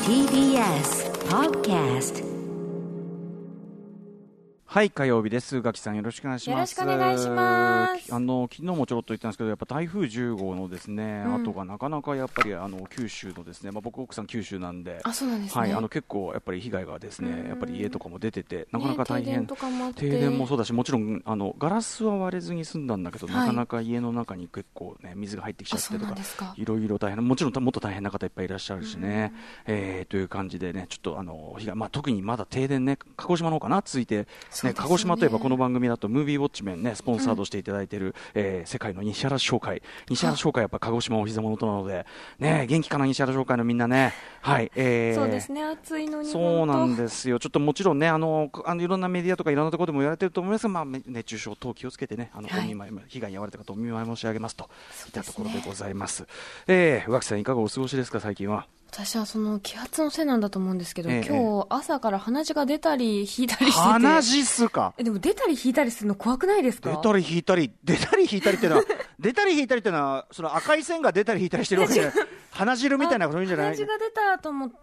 TBS Podcast。 はい、火曜日です。宇垣さんよろしくお願いします。 よろしくお願いします。 昨日もちょろっと言ったんですけど、やっぱ台風10号のですね、後がなかなかやっぱり九州のですね、僕奥さん九州なんで、 そうなんですね。 はい、結構やっぱり被害がですね、やっぱり家とかも出てて、なかなか大変、 停電とかもあって、 停電もそうだし、もちろんガラスは割れずに済んだんだけど、なかなか家の中に結構ね水が入ってきちゃってとか、いろいろ大変、もちろんもっと大変な方いっぱいいらっしゃるしね、という感じでね、ちょっと被害、特にまだ停電ね、鹿児島の方かな、続いて、ね、鹿児島といえばこの番組だとムービーウォッチメンねスポンサードしていただいている、世界の西原商会やっぱ鹿児島お膝元なのでね、元気かな西原商会のみんなね、はい、 そうですね、暑いのにそうなんですよ。ちょっともちろんねいろんなメディアとかいろんなところでも言われてると思いますが、熱中症等気をつけてね、被害に遭われた方お見舞い申し上げますといったところでございます。宇垣さんいかがお過ごしですか最近は。 私はその気圧のせいなんだと思うんですけど、今日朝から鼻血が出たり引いたりしてて。 鼻血っすか。 でも出たり引いたりするの怖くないですか。 出たり引いたりっていうのは出たり引いたりっていうのはその赤い線が出たり引いたりしてるわけじゃない鼻汁みたいなこといいんじゃない。 鼻血が出たと思って、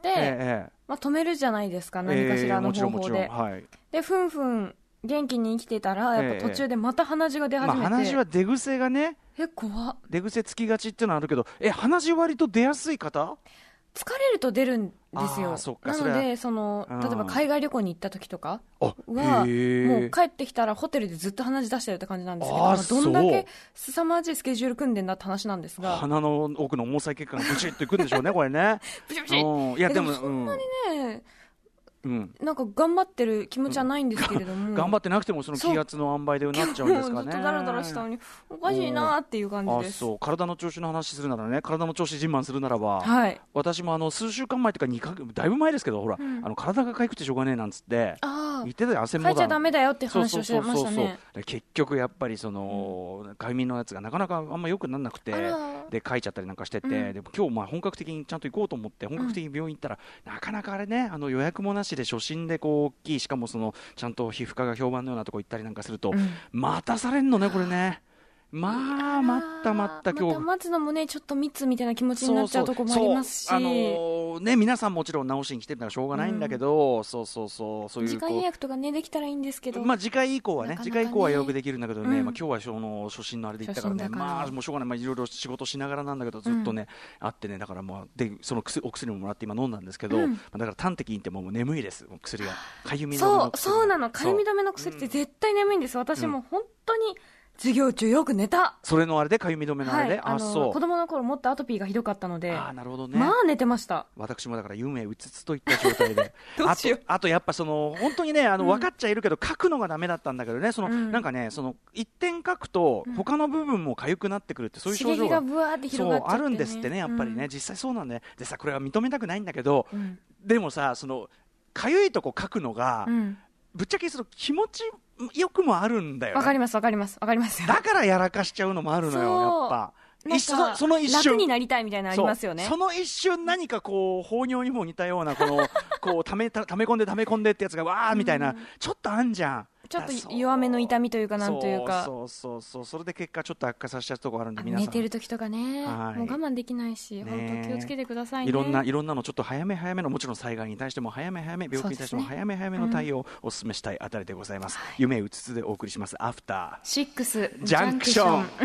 止めるじゃないですか、何かしらの方法で、でふんふん元気に生きてたらやっぱ途中でまた鼻血が出始めて、 鼻血は出癖がね、 怖っ。 出癖つきがちっていうのはあるけど、鼻血割と出やすい方、 疲れると出るんですよ。なので例えば海外旅行に行った時とかはもう帰ってきたらホテルでずっと鼻血出してるって感じなんですけど、どんだけ凄まじいスケジュール組んでんだって話なんですが、 鼻の奥の毛細血管がブチッといくんでしょうねこれねブチブチ。 いやでもそんなにね、なんか頑張ってる気持ちはないんですけれども、 頑張ってなくてもその気圧の塩梅でなっちゃうんですかね。 ずっとダラダラしたのにおかしいなっていう感じです。 そう、体の調子の話するならね、体の調子自慢するならば、私も数週間前とかだいぶ前ですけど、ほら、体が痒くてしょうがねえなんつって言ってたよ、汗もだかいちゃダメだよって話をしてましたね。 結局やっぱりかゆみのやつがなかなかあんま良くならなくて、でかいちゃったりなんかしてて、でも今日本格的にちゃんと行こうと思って本格的に病院行ったら、なかなかあれね、予約もなしで初診で大きい、しかもちゃんと皮膚科が評判のようなとこ行ったりなんかすると、待たされんのねこれね。待った今日また待つのもねちょっと密みたいな気持ちになっちゃうとこもありますし、 皆さんもちろん治しに来てるのはしょうがないんだけど、そういう時間予約とかねできたらいいんですけど、 次回以降はね、次回以降は予約できるんだけどね、今日は初診のあれで行ったからね、もうしょうがない、いろいろ仕事しながらなんだけどずっとね、あってね、だからでそのお薬ももらって今飲んだんですけど、だから端的に言ってもう眠いです。薬がかゆみ止めの薬、 そうなの、かゆみ止めの薬って絶対眠いんです。私も本当に授業中よく寝た。 それのあれでかゆみ止めのあれで、 子供の頃もっとアトピーがひどかったので、 なるほどね、 寝てました。 私もだから夢うつつといった状態でどうしよう。 あとやっぱ本当にね分かっちゃいるけど書くのがダメだったんだけどね、なんかね一点書くと他の部分も痒くなってくるって、そういう症状がブワーって広がっちゃって、 あるんですってね、やっぱりね、実際そうなんで、でさ、これは認めたくないんだけど、でもさ、痒いとこ書くのが、ぶっちゃけ気持ちよくもあるんだよね。 わかりますよ。 だからやらかしちゃうのもあるのよ、やっぱ。その一瞬楽になりたいみたいなのありますよね。 その一瞬何か放尿にも似たような溜め込んでってやつがわーみたいな、ちょっとあんじゃん。 ちょっと弱めの痛みというか、なんというか、 それで結果ちょっと悪化させちゃうところあるんで、皆さん寝てる時とかね、もう我慢できないし、本当気をつけてくださいね。 いろんなのちょっと早めの、もちろん災害に対しても早め、病気に対しても早めの対応をお勧めしたいあたりでございます。夢うつつでお送りしますアフター 6 ジャンクション。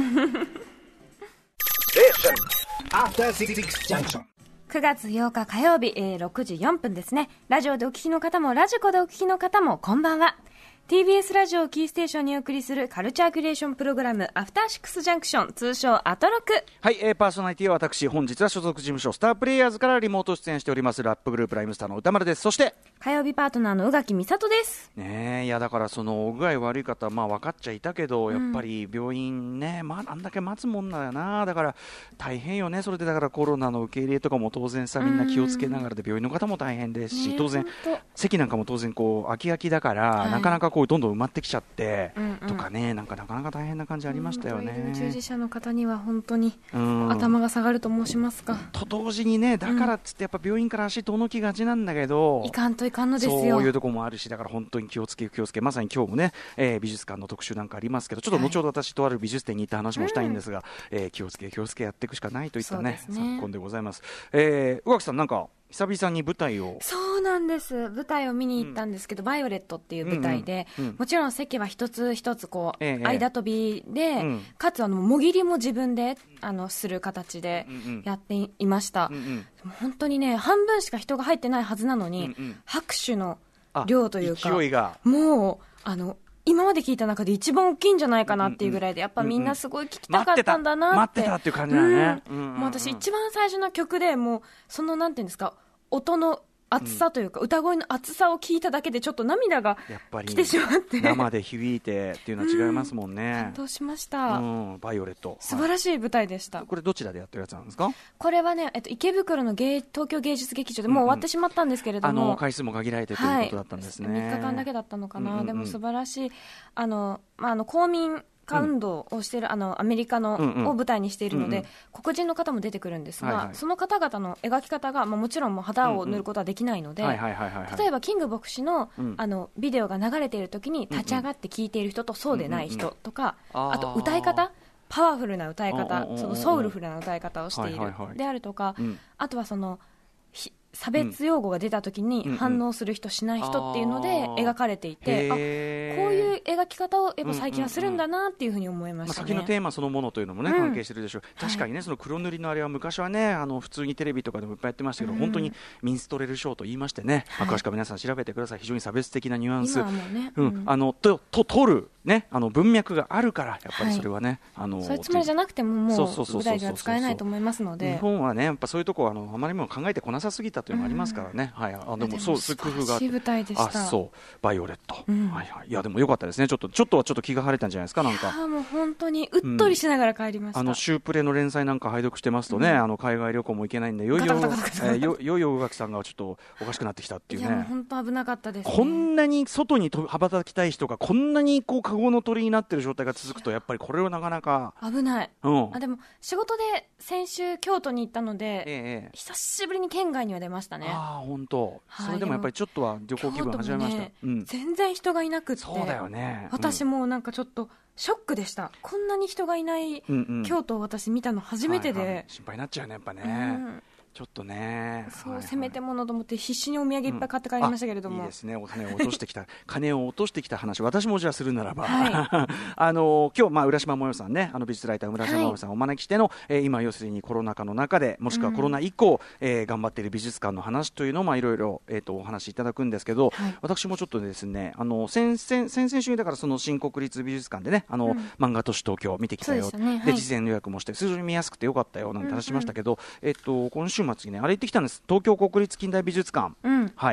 9月8日火曜日、6時4分ですね。ラジオでお聞きの方もラジコでお聞きの方もこんばんは。TBS ラジオをキーステーションにお送りするカルチャーキュレーションプログラムアフターシックスジャンクション、通称アトロク。 はい、パーソナリティは私、本日は所属事務所スタープレイヤーズからリモート出演しておりますラップグループライムスターの歌丸です。そして火曜日パートナーの宇垣美里ですね。いやだからお具合悪い方分かっちゃいたけど、やっぱり病院ね、あんだけ待つもんだよな。だから大変よね。それでだからコロナの受け入れとかも当然さ、みんな気をつけながらで、病院の方も大変ですし、当然席なんかも当然空きだから、なかなかどんどん埋まってきちゃってとかね、なかなか大変な感じありましたよね。 医療従事者の方には本当に頭が下がると申しますか。 と同時にね、だからっつってやっぱ病院から足遠のきがちなんだけど、 いかんといかんのですよ。 そういうところもあるし、だから本当に気をつけ、まさに今日もね、美術館の特集なんかありますけど、ちょっと後ほど私とある美術展に行った話もしたいんですが、気をつけやっていくしかないといったね、昨今でございます。宇垣さん、なんか久々に舞台を。 そうなんです。舞台を見に行ったんですけど、バイオレットっていう舞台で、もちろん席は一つ一つこう、間飛びで、かつもぎりも自分でする形でやっていました。本当にね、半分しか人が入ってないはずなのに、拍手の量というか、 勢いがもう今まで聞いた中で一番大きいんじゃないかなっていうぐらいで、やっぱみんなすごい聞きたかったんだなって。 待ってたっていう感じだね。 もう私一番最初の曲でもうそのなんていうんですか、音の厚さというか、歌声の厚さを聞いただけでちょっと涙が来てしまって、 生で響いてっていうのは違いますもんね。 感動しました。 バイオレット、 素晴らしい舞台でした。 これどちらでやってるやつなんですか？ これはね、池袋の東京芸術劇場でもう終わってしまったんですけれども、 回数も限られてということだったんですね。 3日間だけだったのかな。でも素晴らしい公民運動をしているアメリカの、を舞台にしているので、黒人の方も出てくるんですが、その方々の描き方が、もちろんもう肌を塗ることはできないので、例えばキング牧師の、ビデオが流れている時に立ち上がって聴いている人とそうでない人とか、あと歌い方、パワフルな歌い方、そのソウルフルな歌い方をしているであるとか、あとはその差別用語が出た時に反応する人しない人っていうので描かれていて、こういう描き方をやっぱ最近はするんだなっていうふうに思いましたね。 先のテーマそのものというのもね、関係してるでしょう。確かにね、その黒塗りのあれは昔はね、普通にテレビとかでもいっぱいやってましたけど、本当にミンストレルショーと言いましてね、詳しくは皆さん調べてください。非常に差別的なニュアンス取るね、文脈があるから、やっぱりそれはね、 そういうつもりじゃなくてももう舞台では使えないと思いますので、 日本はね、やっぱそういうところあまりにも考えてこなさすぎたというのがありますからね。でもそういう工夫があって、 舞台でした。 バイオレット、いやでも良かったですね。ちょっとは気が晴れたんじゃないですか。なんかもう本当にうっとりしながら帰りました。 シュープレの連載なんか拝読してますとね、海外旅行も行けないんで、いよいよ宇垣さんがちょっとおかしくなってきたっていうね。 いやもう本当危なかったですね。 こんなに外に羽ばたきたい人がこんなにこうカゴの鳥になってる状態が続くと、やっぱりこれはなかなか危ない。でも仕事で先週京都に行ったので、久しぶりに県外には出ましたね。 本当。それでもやっぱりちょっとは旅行気分始めました。 全然人がいなくって。 そうだよね。 私もなんかちょっとショックでした。こんなに人がいない京都を私見たの初めてで、 心配になっちゃうね、やっぱね。ちょっとね、 せめてものと思って必死にお土産いっぱい買って帰りましたけれども、 いいですね。金を落としてきた話、私もじゃあするならば、今日浦島もよさんね、美術ライター浦島もよさんをお招きしての、今要するにコロナ禍の中で、もしくはコロナ以降、頑張っている美術館の話というのをいろいろお話しいただくんですけど、私もちょっとですね、先々週だからその新国立美術館でね、漫画都市東京見てきたよ、で事前予約もして非常に見やすくてよかったよなんて話しましたけど、今週末にね、あれ行ってきたんです。東京国立近代美術館、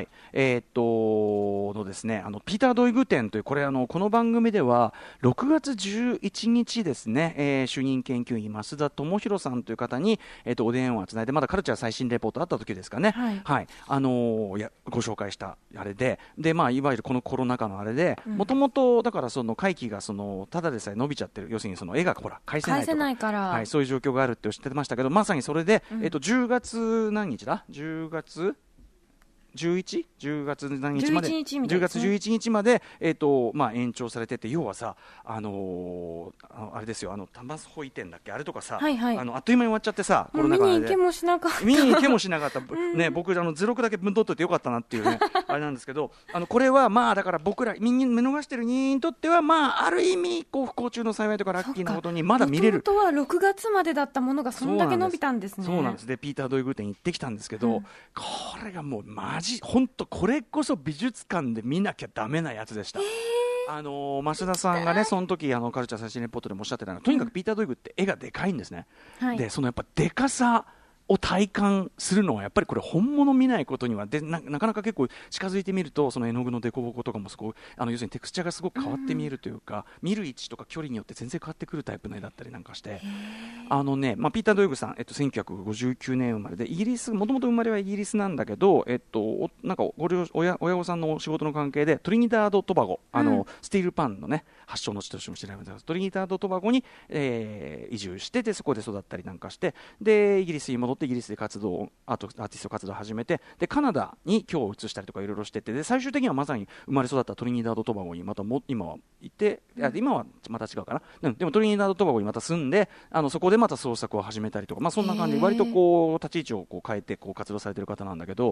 のですね、ピーター・ドイグ展という、これこの番組では6月11日ですね、主任研究員増田智弘さんという方に、お電話をつないで、まだカルチャー最新レポートあった時ですかね、ご紹介したあれで、いわゆるこのコロナ禍のあれで、もともとだからその会期がただでさえ伸びちゃってる、要するにその絵が返せないとか、そういう状況があるっておっしゃってましたけど、まさにそれで、10月何日だ ?10 月10月何日まで、10月11日まで、延長されてて、要はさ、あれですよ、タマスホイ店だっけ、あれとかさ、あっという間に終わっちゃってさ、コロナ禍で見に行けもしなかったね、僕図録だけ分取っといてよかったなっていうねあれなんですけど、これはだから僕ら見逃してる人にとってはある意味不幸中の幸いとかラッキーなことにまだ見れる。 元々は6月までだったものがそんだけ伸びたんですね。 そうなんです。でピーター・ドイグ店行ってきたんですけど、これがもう本当これこそ美術館で見なきゃダメなやつでした。増田さんがね、その時カルチャー最新レポートでもおっしゃってたのが、とにかくピーター・ドイグって絵がでかいんですね。でそのやっぱでかさを体感するのはやっぱりこれ本物見ないことにはで なかなか結構近づいてみると、その絵の具の凸凹とかもすごい要するにテクスチャーがすごく変わって見えるというか、見る位置とか距離によって全然変わってくるタイプの絵だったりなんかして、ピーター・ドイグさん、1959年生まれで、イギリス、もともと生まれはイギリスなんだけど、なんか親御さんの仕事の関係でトリニダード・トバゴ、スティールパンのね発祥の地としても知られていますトリニダード・トバゴに、移住して、でそこで育ったりなんかして、でイギリスに戻っってイギリスでアーティスト活動を始めて、でカナダに今日移したりとかいろいろしてて、で最終的にはまさに生まれ育ったトリニダード・トバゴにまた今はいて、今はまた違うかな、でもトリニダード・トバゴにまた住んで、そこでまた創作を始めたりとか、そんな感じで割とこう立ち位置をこう変えてこう活動されてる方なんだけど、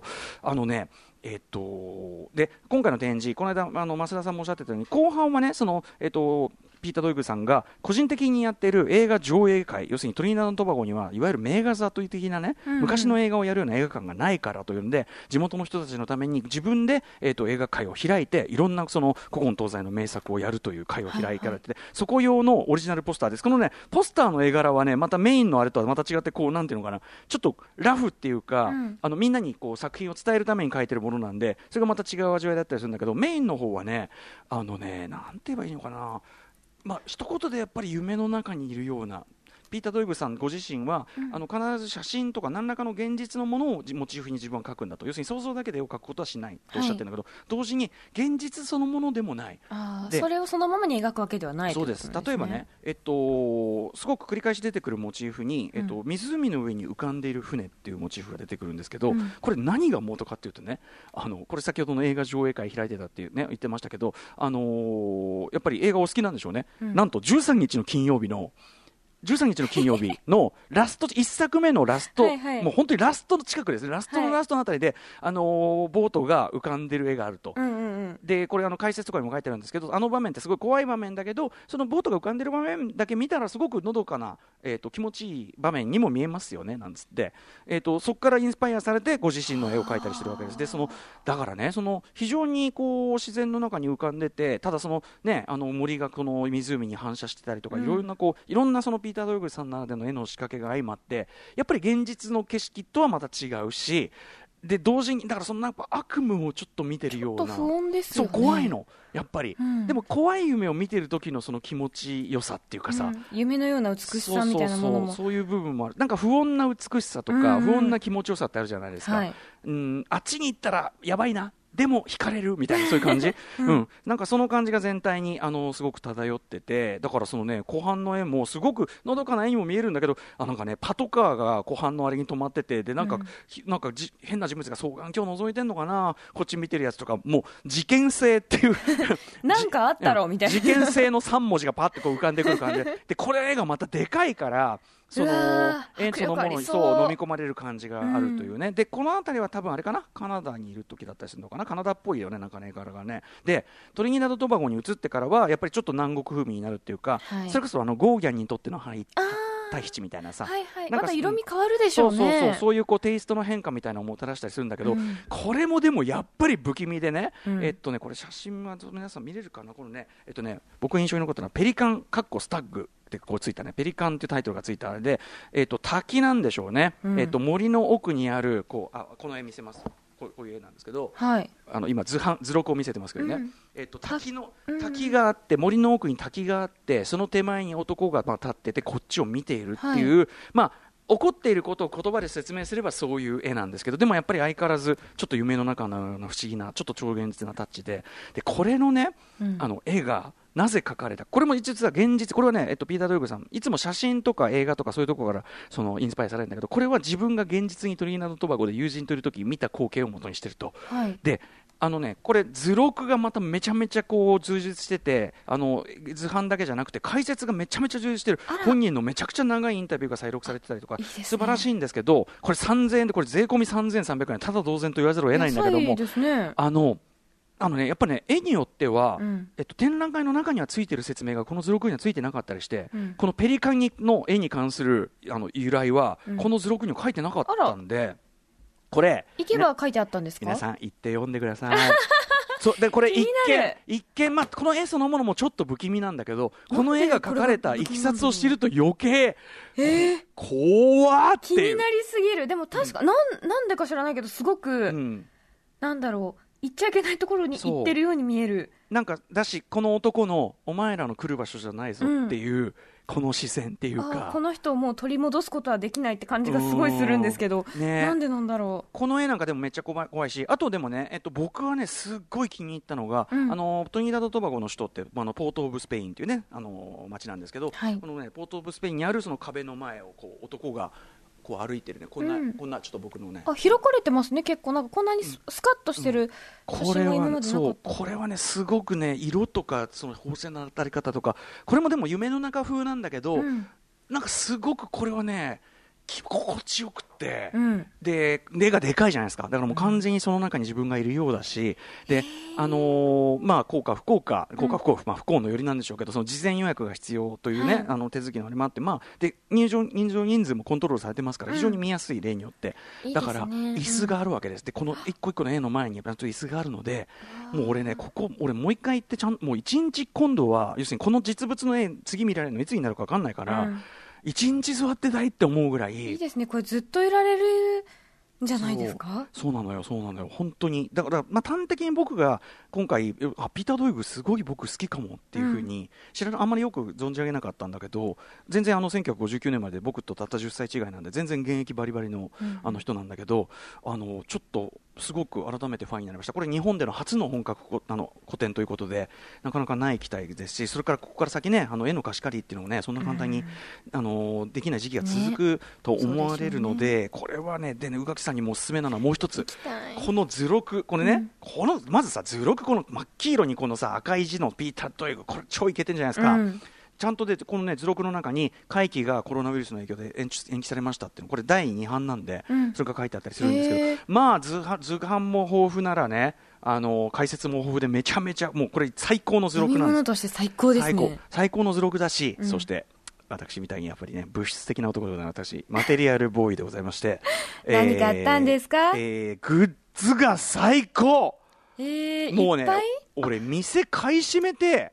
で今回の展示、この間増田さんもおっしゃってたように、後半はねピーター・ドイグさんが個人的にやっている映画上映会、要するにトリニダード・トバゴにはいわゆる名画座という的なね、昔の映画をやるような映画館がないからというんで、地元の人たちのために自分で、映画会を開いて、いろんなその古今東西の名作をやるという会を開かれてて、そこ用のオリジナルポスターです。このねポスターの絵柄はね、またメインのあれとはまた違って、こうなんていうのかな、ちょっとラフっていうか、みんなにこう作品を伝えるために描いてるものなんで、それがまた違う味わいだったりするんだけど、メインの方はねなんて言えばいいのかな、一言でやっぱり夢の中にいるような、ピーター・ドイグさんご自身は、必ず写真とか何らかの現実のものをモチーフに自分は描くんだと、要するに想像だけで絵を描くことはしないとおっしゃってるんだけど、同時に現実そのものでもない、 それをそのままに描くわけではないということそうです。例えばね、すごく繰り返し出てくるモチーフに、湖の上に浮かんでいる船っていうモチーフが出てくるんですけど、これ何が元かっていうとね、これ先ほどの映画上映会開いてたっていうね言ってましたけど、やっぱり映画お好きなんでしょうね、なんと13日の金曜日のラスト1作目のラスト、もう本当にラストの近くですね、ラストのラストのあたりで、ボートが浮かんでる絵があると、でこれ解説とかにも書いてあるんですけど、場面ってすごい怖い場面だけど、そのボートが浮かんでる場面だけ見たらすごくのどかな、気持ちいい場面にも見えますよねなんつって、そこからインスパイアされてご自身の絵を描いたりしてるわけです。でだからね、非常にこう自然の中に浮かんでて、ただ森がこの湖に反射してたりとか、いろんなそのピーター・ドイグさんならでの絵の仕掛けが相まって、やっぱり現実の景色とはまた違うし、で同時にだからなんか悪夢をちょっと見てるような、 ちょっと不穏ですよね。 そう怖いのやっぱり、でも怖い夢を見てる時のその気持ちよさっていうかさ、 夢のような美しさみたいなものもそういう部分もある。なんか不穏な美しさとか、不穏な気持ちよさってあるじゃないですか、あっちに行ったらやばいな、でも惹かれるみたいな、そういう感じ、なんかその感じが全体にすごく漂ってて、だから後半の絵もすごくのどかな絵にも見えるんだけど、なんかねパトカーが後半のあれに止まってて、でなんか変な人物が双眼鏡覗いてんのかな、こっち見てるやつとか、もう事件性っていうなんかあったろみたいな事件性の3文字がパッとこう浮かんでくる感じで、これ絵がまたでかいから、そのものに飲み込まれる感じがあるというね、でこの辺りは多分あれかな、カナダにいる時だったりするのかな、カナダっぽいよね、なんかね柄がね。でトリニダード・トバゴに移ってからはやっぱりちょっと南国風味になるっていうか、それこそゴーギャンにとってのタヒチみたいなさ、 また色味変わるでしょうね。 そういうテイストの変化みたいなのをもたらしたりするんだけど、これもでもやっぱり不気味でね、これ写真は皆さん見れるかな、このね僕印象に残ったのはペリカンスタッグってこうついたね、ペリカンっていうタイトルがついたあれで、滝なんでしょうね、森の奥にあるこの絵見せます、こういう絵なんですけど、今図録を見せてますけどね、滝があって、森の奥に滝があって、その手前に男が立っててこっちを見ているっていう、起こっていることを言葉で説明すればそういう絵なんですけど、でもやっぱり相変わらずちょっと夢の中のような不思議なちょっと超現実なタッチで、これのね、絵がなぜ描かれた、これも実は現実、これはね、ピーター・ドイグさんいつも写真とか映画とかそういうところからインスパイアされるんだけど、これは自分が現実にトリニダード・トバゴで友人といる時見た光景を元にしてると、でこれ図録がまためちゃめちゃこう充実してて、図版だけじゃなくて解説がめちゃめちゃ充実してる、本人のめちゃくちゃ長いインタビューが再録されてたりとか、素晴らしいんですけど、これ3000円で、これ税込み3300円、ただ同然と言わざるを得ないんだけども、やっぱね絵によっては、展覧会の中にはついてる説明がこの図録にはついてなかったりして、このペリカンの絵に関する由来は、この図録には書いてなかったんで、これ行けば書いてあったんですか、 皆さん行って読んでくださいそうでこれ一見、この絵そのものもちょっと不気味なんだけど、この絵が描かれたいきさつを知ると余計怖っていう、 気になりすぎる。でも確か、なんでか知らないけどすごく、なんだろう、行っちゃいけないところに行ってるように見える。 なんかだし、この男のお前らの来る場所じゃないぞっていう、この視線っていうか、 この人をもう取り戻すことはできないって感じがすごいするんですけど、なんでなんだろう。 この絵なんかでもめっちゃ怖いし、あとでもね、僕はねすっごい気に入ったのが、トリニダード・トバゴの首都って、ポート・オブ・スペインっていうね町なんですけど、このねポート・オブ・スペインにあるその壁の前をこう男がこう歩いてるね、こんなちょっと僕のね、 開かれてますね、結構なんかこんなにスカッとしてる写真は今までなかった。 これはねすごくね、色とかその縫製の当たり方とか、これもでも夢の中風なんだけど、なんかすごくこれはね心地よくって、で絵がでかいじゃないですか。だからもう完全にその中に自分がいるようだし、でまあ幸か不幸か、まあ、不幸のよりなんでしょうけど、その事前予約が必要というね、手続きのあれもあって、まあで入場人数もコントロールされてますから非常に見やすい、例によって、だから椅子があるわけです。でこの一個一個の絵の前に椅子があるので、もう俺ね俺もう一回行ってもう一日今度は要するにこの実物の絵次見られるのいつになるか分かんないから、一日座ってたいって思うぐらい。 いいですね、これずっといられるんじゃないですか。 そうなのよ本当に。だからまあ端的に僕が今回ピーター・ドイグすごい僕好きかもっていうふうにあんまりよく存じ上げなかったんだけど、全然1959年まで僕とたった10歳違いなんで全然現役バリバリの人なんだけど、ちょっとすごく改めてファンになりました。これ日本での初の本格古典ということでなかなかない期待ですし、それからここから先ね絵の貸し借りっていうのもねそんな簡単に、できない時期が続くと思われるので、これはねでね宇垣さんにもおすすめなのはもう一つ、この図録、これね、このまずさ図録、この真っ黄色にこのさ赤い字のピーター・ドイグ、これ超イケてんじゃないですか。ちゃんとでこのね図録の中に会期がコロナウイルスの影響で延期されましたっていうの、これ第2版なんで、それが書いてあったりするんですけど、まあ図版も豊富ならね、解説も豊富でめちゃめちゃもうこれ最高の図録なんです。 読み物として最高ですね。 最高の図録だし、そして私みたいにやっぱりね物質的な男でございます。私マテリアルボーイでございまして何かあったんですか。 グッズが最高。もうね俺店買い占めて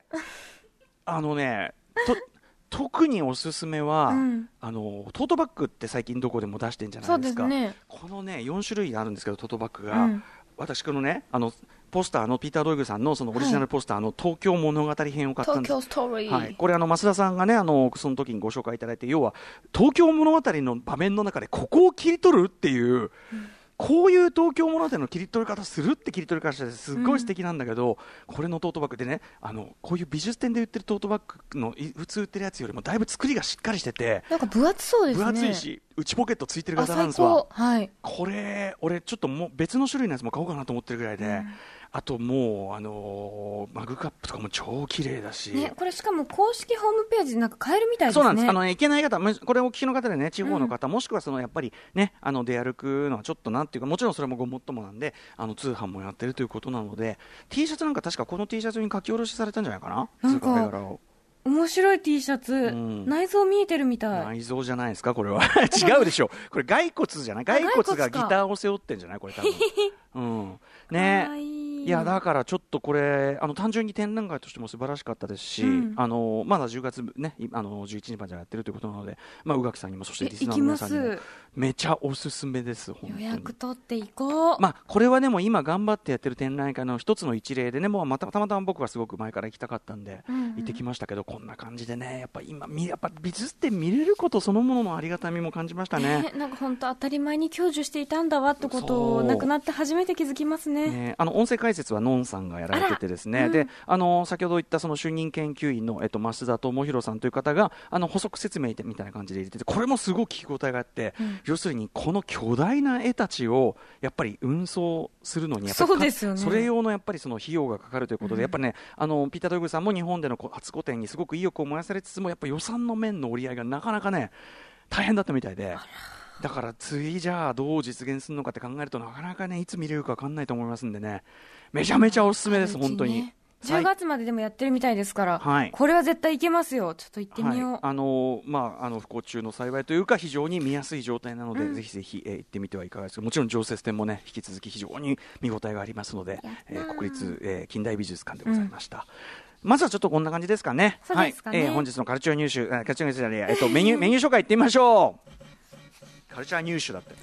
特におすすめは、トートバッグって最近どこでも出してんじゃないですか。このね4種類あるんですけど、トートバッグが、私このねポスターのピーター・ドイグさんのそのオリジナルポスターの東京物語編を買ったんです。 東京ストーリー、 これ増田さんがねその時にご紹介いただいて、要は東京物語の場面の中でここを切り取るっていう、こういう東京物語の切り取り方するって切り取り方してすごい素敵なんだけど、これのトートバッグでねこういう美術展で売ってるトートバッグの普通売ってるやつよりもだいぶ作りがしっかりしてて、 なんか分厚そうですね。 分厚いし内ポケットついてる型なんですわ。これ俺ちょっともう別の種類のやつも買おうかなと思ってるぐらいで、あともうマグカップとかも超綺麗だし、 これしかも公式ホームページでなんか買えるみたいですね。 そうなんです。いけない方、これお聞きの方でね、地方の方、もしくはやっぱりね出歩くのはちょっとなんていうか、もちろんそれもごもっともなんで通販もやってるということなので、 T シャツなんか確かこの T シャツに書き下ろしされたんじゃないかな。 なんか面白い T シャツ、内臓見えてるみたい。 内臓じゃないですかこれは違うでしょこれ骸骨じゃない。骸骨がギターを背負ってんじゃないこれ多分ね。いやだからちょっとこれ単純に展覧会としても素晴らしかったですし、まだ10月ね11日までやってるということなので、宇垣さんにもそしてリスナーの皆さんにもめちゃおすすめです。本当に予約取っていこう。 これはでも今頑張ってやってる展覧会の一つの一例でね、もうたまたま僕はすごく前から行きたかったんで行ってきましたけど、こんな感じでねやっぱ美術展見れることそのもののありがたみも感じましたね。 なんか本当当たり前に享受していたんだわってことを亡くなって初めて気づきますね。 音声解説はのんさんがやられててですね、で先ほど言ったその主任研究員の、増田智弘さんという方が補足説明みたいな感じで入れてて、これもすごく聞き応えがあって、要するにこの巨大な絵たちをやっぱり運送するのにやっぱりそうですよね、 それ用のやっぱりその費用がかかるということで、やっぱねピーター・ドイグさんも日本での初個展にすごく意欲を燃やされつつも、やっぱ予算の面の折り合いがなかなかね大変だったみたいで、だから次じゃあどう実現するのかって考えるとなかなかねいつ見れるか分かんないと思いますんでね、めちゃめちゃおすすめです。本当に 10月まででもやってるみたいですから、これは絶対行けますよ。ちょっと行ってみよう。 不幸中の幸いというか非常に見やすい状態なので、ぜひぜひ、行ってみてはいかがですか。もちろん常設展もね引き続き非常に見応えがありますので、国立、近代美術館でございました。まずはちょっとこんな感じですかね。 そうですかね。 本日のカルチャー入手、カルチャー入手じゃねえや、メニュー紹介いってみましょう。カルチャー入手だって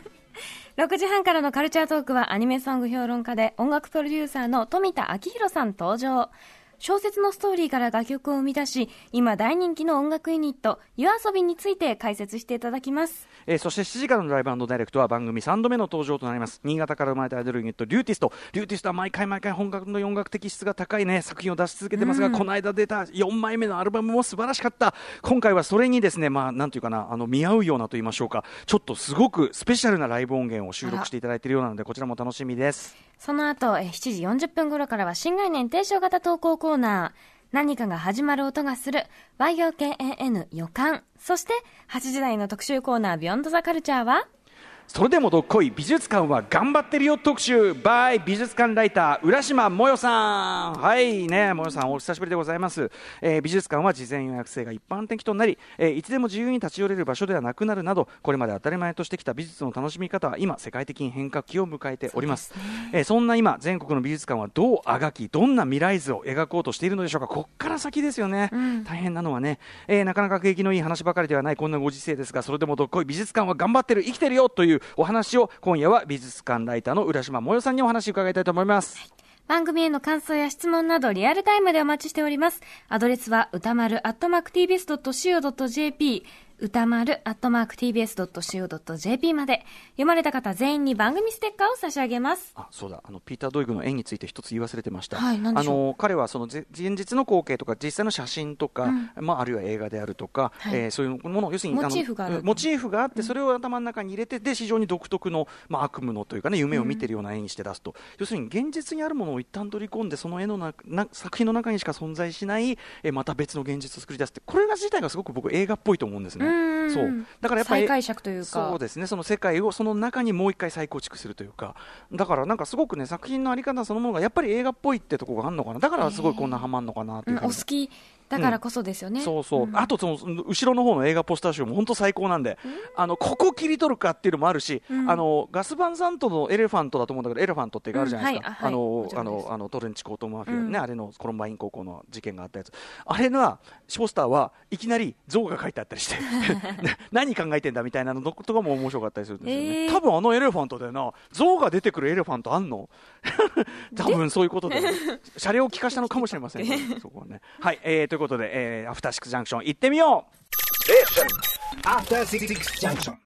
6時半からのカルチャートークはアニメソング評論家で音楽プロデューサーの富田明宏さん登場。 小説のストーリーから楽曲を生み出し、今大人気の音楽ユニットYOASOBIについて解説していただきます。 そして7時からのライブ&ダイレクトは番組3度目の登場となります。新潟から生まれたアイドルユニットリューティストは毎回本格の音楽的質が高いね作品を出し続けてますが、この間出た4枚目のアルバムも素晴らしかった。今回はそれにですね、なんていうかな、見合うようなと言いましょうか、ちょっとすごくスペシャルなライブ音源を収録していただいているようなので、こちらも楽しみです。 その後7時40分頃からは新概念提唱型投稿コーナー、何かが始まる音がする YOKAN 予感。そして8時台の特集コーナービヨンドザカルチャーは、 それでもどっこい美術館は頑張ってるよ特集 by 美術館ライター浦島もよさん。はいね、もよさんお久しぶりでございます。美術館は事前予約制が一般的となり、いつでも自由に立ち寄れる場所ではなくなるなど、これまで当たり前としてきた美術の楽しみ方は今世界的に変革期を迎えております。そんな今全国の美術館はどうあがき、どんな未来図を描こうとしているのでしょうか。こっから先ですよね、大変なのはね、なかなか景気のいい話ばかりではないこんなご時世ですが、それでもどっこい美術館は頑張ってる、生きてるよというお話を今夜は美術館ライターの浦島もよさんにお話を伺いたいと思います。 番組への感想や質問などリアルタイムでお待ちしております。アドレスは歌丸@tbs.co.jp、歌丸@tbs.co.jp まで。読まれた方全員に番組ステッカーを差し上げます。 そうだ、ピーター・ドイグの絵について一つ言い忘れてました。 はい、何でしょう。 彼はその現実の光景とか実際の写真とか、あるいは映画であるとか、そういうもの、要するにモチーフがあって、 それを頭の中に入れて、で非常に独特の、悪夢のというかね、夢を見てるような絵にして出すと、要するに現実にあるものを一旦取り込んで、その絵の作品の中にしか存在しない、また別の現実を作り出すって、これが自体がすごく僕映画っぽいと思うんですね。そうだからやっぱり再解釈というか、 そうですね、その世界をその中にもう一回再構築するというか、だからなんかすごくね、作品のあり方そのものがやっぱり映画っぽいってところがあるのかな。だからすごいこんなハマんのかなという、 お好きだからこそですよね。 そうそう、あとその後ろの方の映画ポスター集も本当最高なんで、ここ切り取るかっていうのもあるし、ガス・バンサントのエレファントだと思うんだけど、エレファントって映画あるじゃないですか、トレンチコートマフィア、あれのコロンバイン高校の事件があったやつ、あれのポスターはいきなり像が書いてあったりして何考えてんだみたいなのとかも面白かったりするんですよね。多分エレファントだよな、像が出てくるエレファントあんの多分そういうことでシャレを聞かしたのかもしれませんねそこはね。はい、ということで、アフターシックスジャンクション行ってみよう。 アフターシックスジャンクション。